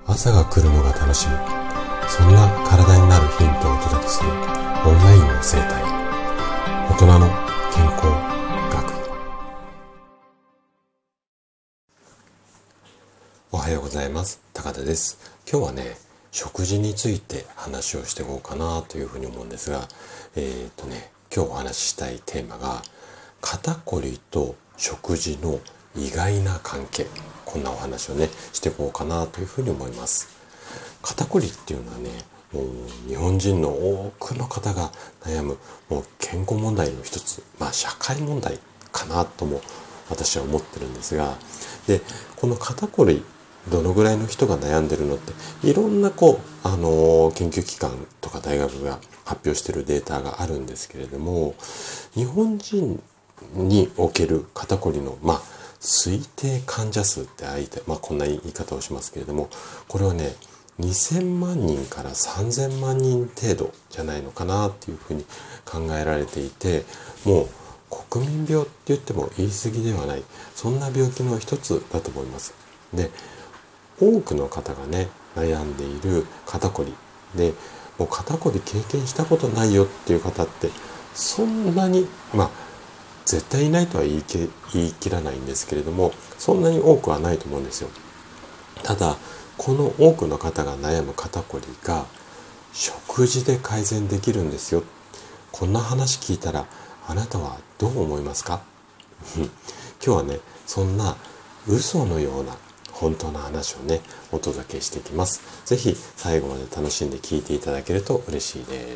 朝が来るのが楽しみ、そんな体になるヒントをお届けするオンラインの生態、大人の健康学。おはようございます。高田です。今日はね、食事について話をしていこうかなというふうに思うんですが、今日お話ししたいテーマが肩こりと食事の意外な関係、こんなお話をねしていこうかなというふうに思います。肩こりっていうのはね、もう日本人の多くの方が悩むもう健康問題の一つ、社会問題かなとも私は思ってるんですが、でこの肩こりどのぐらいの人が悩んでるのっていろんな研究機関とか大学が発表しているデータがあるんですけれども、日本人における肩こりの推定患者数ってこんな言い方をしますけれども、これはね2000万人から3000万人程度じゃないのかなっていうふうに考えられていて、もう国民病って言っても言い過ぎではない、そんな病気の一つだと思います。で、多くの方がね悩んでいる肩こりで、もう肩こり経験したことないよっていう方ってそんなに絶対いないとは言い切らないんですけれども、そんなに多くはないと思うんですよ。ただこの多くの方が悩む肩こりが食事で改善できるんですよ。こんな話聞いたらあなたはどう思いますか？今日はねそんな嘘のような本当の話をねお届けしていきます。ぜひ最後まで楽しんで聞いていただけると嬉しいです。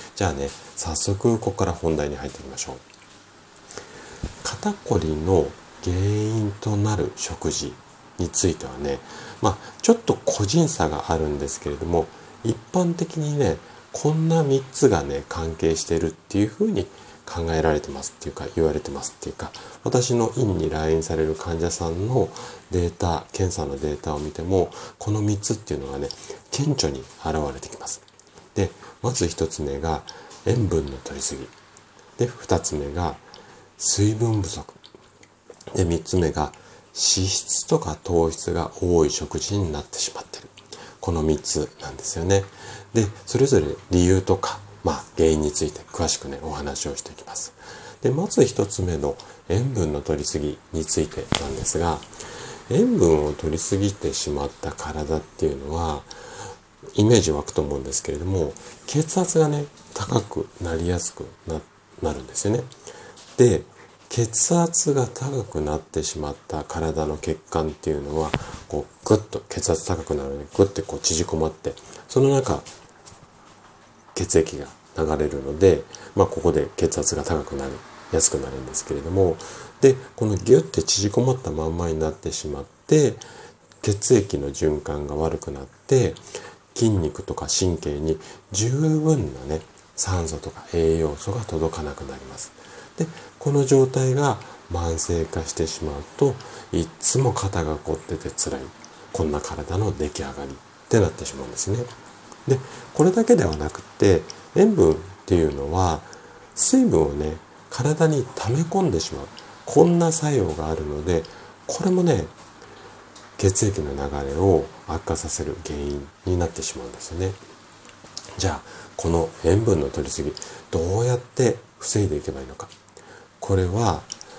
じゃあね、早速ここから本題に入ってみましょう。肩こりの原因となる食事についてはね、ちょっと個人差があるんですけれども、一般的にねこんな3つがね関係しているっていうふうに考えられてますっていうか、言われてますっていうか、私の院に来院される患者さんのデータ、検査のデータを見てもこの3つっていうのがね顕著に現れてきます。で、まず1つ目が塩分の摂りすぎで、2つ目が水分不足で、3つ目が脂質とか糖質が多い食事になってしまっている。この3つなんですよね。で、それぞれ理由とか原因について詳しくねお話をしていきます。で、まず1つ目の塩分の摂りすぎについてなんですが、塩分を摂りすぎてしまった体っていうのはイメージ湧くと思うんですけれども、血圧がね高くなりやすくなるんですよね。で、血圧が高くなってしまった体の血管っていうのはグッと血圧高くなるのでグッて縮こまって、その中血液が流れるので、ここで血圧が高くなりやすくなるんですけれども、でこのギュッて縮こまったまんまになってしまって血液の循環が悪くなって筋肉とか神経に十分なね酸素とか栄養素が届かなくなります。でこの状態が慢性化してしまうといつも肩が凝ってて辛い、こんな体の出来上がりってなってしまうんですね。でこれだけではなくて、塩分っていうのは水分をね体に溜め込んでしまう、こんな作用があるので、これもね血液の流れを悪化させる原因になってしまうんですよね。じゃあこの塩分の摂りすぎどうやって防いでいけばいいのか。これは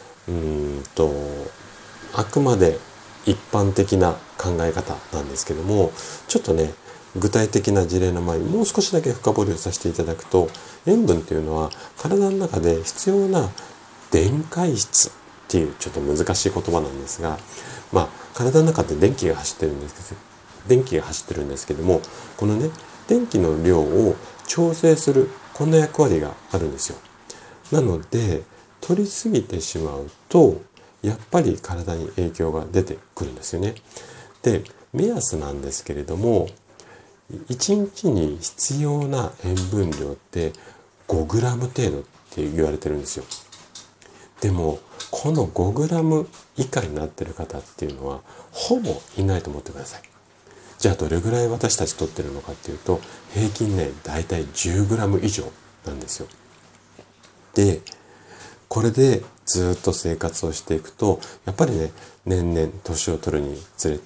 あくまで一般的な考え方なんですけども、ちょっとね具体的な事例の前にもう少しだけ深掘りをさせていただくと、塩分というのは体の中で必要な電解質っていうちょっと難しい言葉なんですが、体の中で電気が走ってるんですけども、このね電気の量を調整するこんな役割があるんですよ。なので摂りすぎてしまうとやっぱり体に影響が出てくるんですよね。で、目安なんですけれども、1日に必要な塩分量って5グラム程度って言われてるんですよ。でもこの5グラム以下になってる方っていうのはほぼいないと思ってください。じゃあどれぐらい私たち取ってるのかっていうと、平均ねだいたい10グラム以上なんですよ。でこれでずっと生活をしていくと、やっぱりね年々年を取るにつれて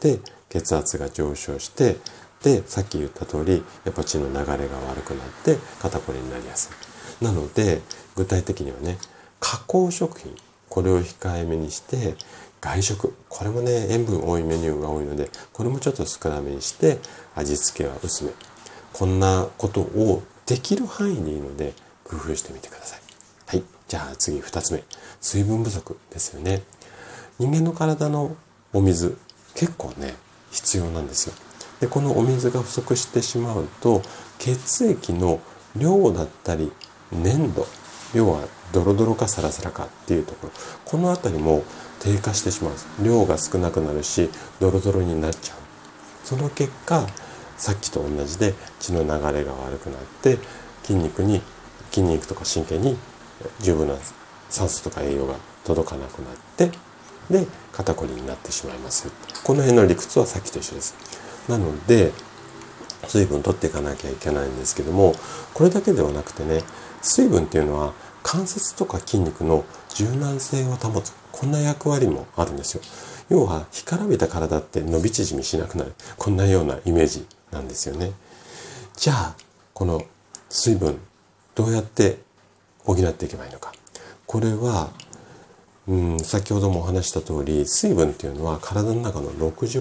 血圧が上昇して、でさっき言った通りやっぱ血の流れが悪くなって肩こりになりやすい。なので具体的にはね、加工食品、これを控えめにして、外食、これもね塩分多いメニューが多いので、これもちょっと少なめにして、味付けは薄め、こんなことをできる範囲でいいので工夫してみてください。はい、じゃあ次2つ目、水分不足ですよね。人間の体のお水結構ね必要なんですよ。でこのお水が不足してしまうと、血液の量だったり粘度、要はドロドロかサラサラかっていうところ、このあたりも低下してしまう。量が少なくなるしドロドロになっちゃう。その結果さっきと同じで血の流れが悪くなって、筋肉とか神経に十分な酸素とか栄養が届かなくなって、で肩こりになってしまいます。この辺の理屈はさっきと一緒です。なので水分取っていかなきゃいけないんですけども、これだけではなくてね、水分っていうのは関節とか筋肉の柔軟性を保つ、こんな役割もあるんですよ。要は干からびた体って伸び縮みしなくなる、こんなようなイメージなんですよね。じゃあこの水分どうやって補っていけばいいのか。これは先ほどもお話した通り、水分っていうのは体の中の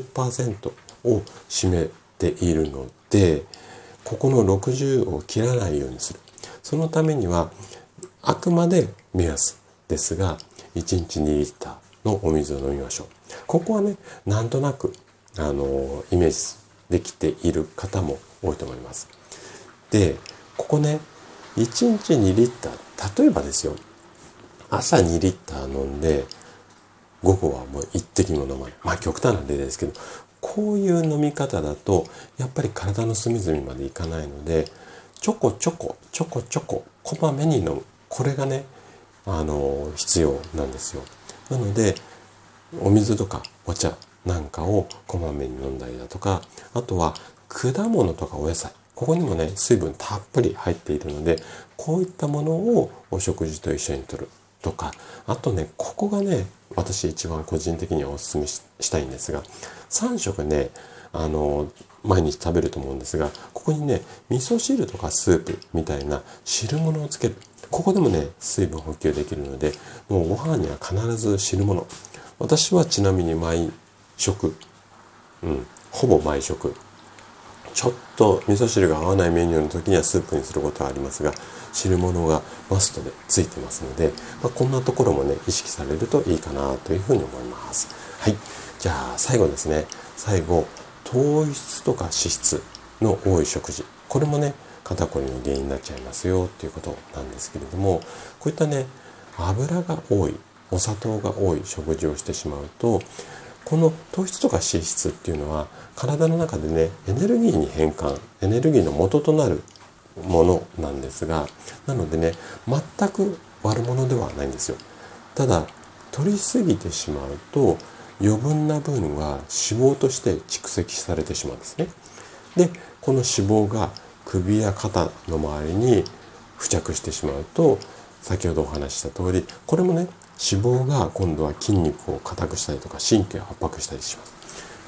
60% を占めているので、ここの60を切らないようにする。そのためにはあくまで目安ですが、1日2リッターのお水を飲みましょう。ここはね、なんとなくイメージできている方も多いと思います。で、ここね、1日2リッター、例えばですよ、朝2リッター飲んで午後はもう一滴も飲まない。極端な例ですけど、こういう飲み方だとやっぱり体の隅々までいかないので、ちょこちょここまめに飲む、これがね必要なんですよ。なのでお水とかお茶なんかをこまめに飲んだりだとか、あとは果物とかお野菜、ここにもね水分たっぷり入っているので、こういったものをお食事と一緒に摂るとか、あとね、ここがね私一番個人的にはお勧めしたいんですが、3食ね毎日食べると思うんですが、ここにね味噌汁とかスープみたいな汁物をつける。ここでもね水分補給できるので、もうご飯には必ず汁物。私はちなみに毎食、ほぼ毎食、ちょっと味噌汁が合わないメニューの時にはスープにすることはありますが、汁物がマストでついてますので、こんなところもね意識されるといいかなというふうに思います。はい、じゃあ最後ですね。最後、糖質とか脂質の多い食事、これもね肩こりの原因になっちゃいますよっていうことなんですけれども、こういったね油が多い、お砂糖が多い食事をしてしまうと、この糖質とか脂質っていうのは体の中でねエネルギーに変換、エネルギーの元となるものなんですが、なのでね全く悪者ではないんですよ。ただ取りすぎてしまうと余分な分は脂肪として蓄積されてしまうんですね。でこの脂肪が首や肩の周りに付着してしまうと、先ほどお話しした通り、これもね脂肪が今度は筋肉を硬くしたりとか神経を圧迫したりします。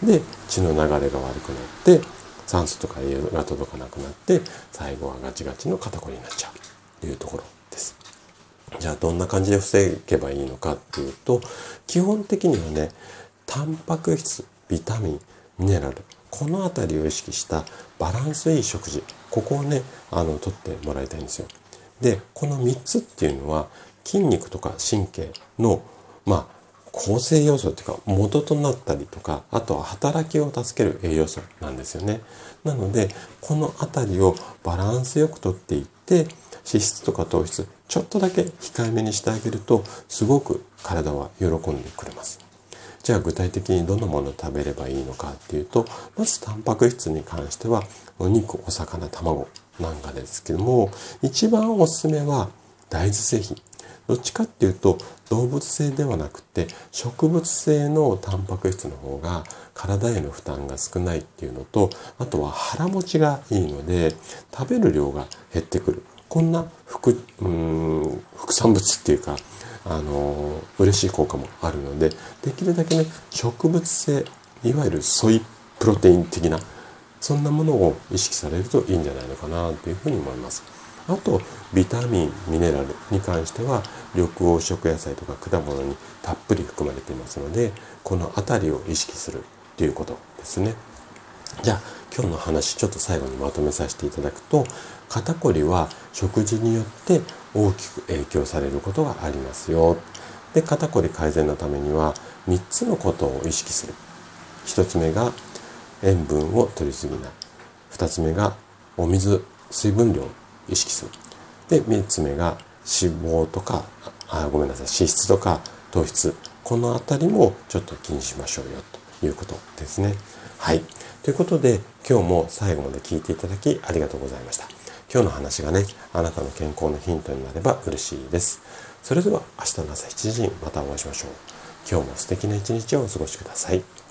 で血の流れが悪くなって酸素とか栄養が届かなくなって、最後はガチガチの肩こりになっちゃうというところです。じゃあどんな感じで防げばいいのかっていうと、基本的にはねタンパク質、ビタミン、ミネラル、このあたりを意識したバランスいい食事、ここをねとってもらいたいんですよ。でこの3つっていうのは筋肉とか神経の構成要素というか元となったりとか、あとは働きを助ける栄養素なんですよね。なのでこのあたりをバランスよくとっていって、脂質とか糖質ちょっとだけ控えめにしてあげると、すごく体は喜んでくれます。じゃあ具体的にどんなものを食べればいいのかっていうと、まずタンパク質に関してはお肉、お魚、卵なんかですけども、一番おすすめは大豆製品。どっちかっていうと動物性ではなくて植物性のタンパク質の方が体への負担が少ないっていうのと、あとは腹持ちがいいので食べる量が減ってくる、こんな副産物っていうか嬉しい効果もあるので、できるだけね植物性、いわゆるソイっプロテイン的なそんなものを意識されるといいんじゃないのかなというふうに思います。あとビタミンミネラルに関しては緑黄色野菜とか果物にたっぷり含まれていますので、このあたりを意識するということですね。じゃあ今日の話ちょっと最後にまとめさせていただくと、肩こりは食事によって大きく影響されることがありますよ。で、肩こり改善のためには3つのことを意識する。1つ目が塩分を摂りすぎない。2つ目が水分量を意識する。で、3つ目が脂肪とか脂質とか糖質、このあたりもちょっと気にしましょうよということですね。はい。ということで今日も最後まで聞いていただきありがとうございました。今日の話がね、あなたの健康のヒントになれば嬉しいです。それでは明日の朝7時にまたお会いしましょう。今日も素敵な一日をお過ごしください。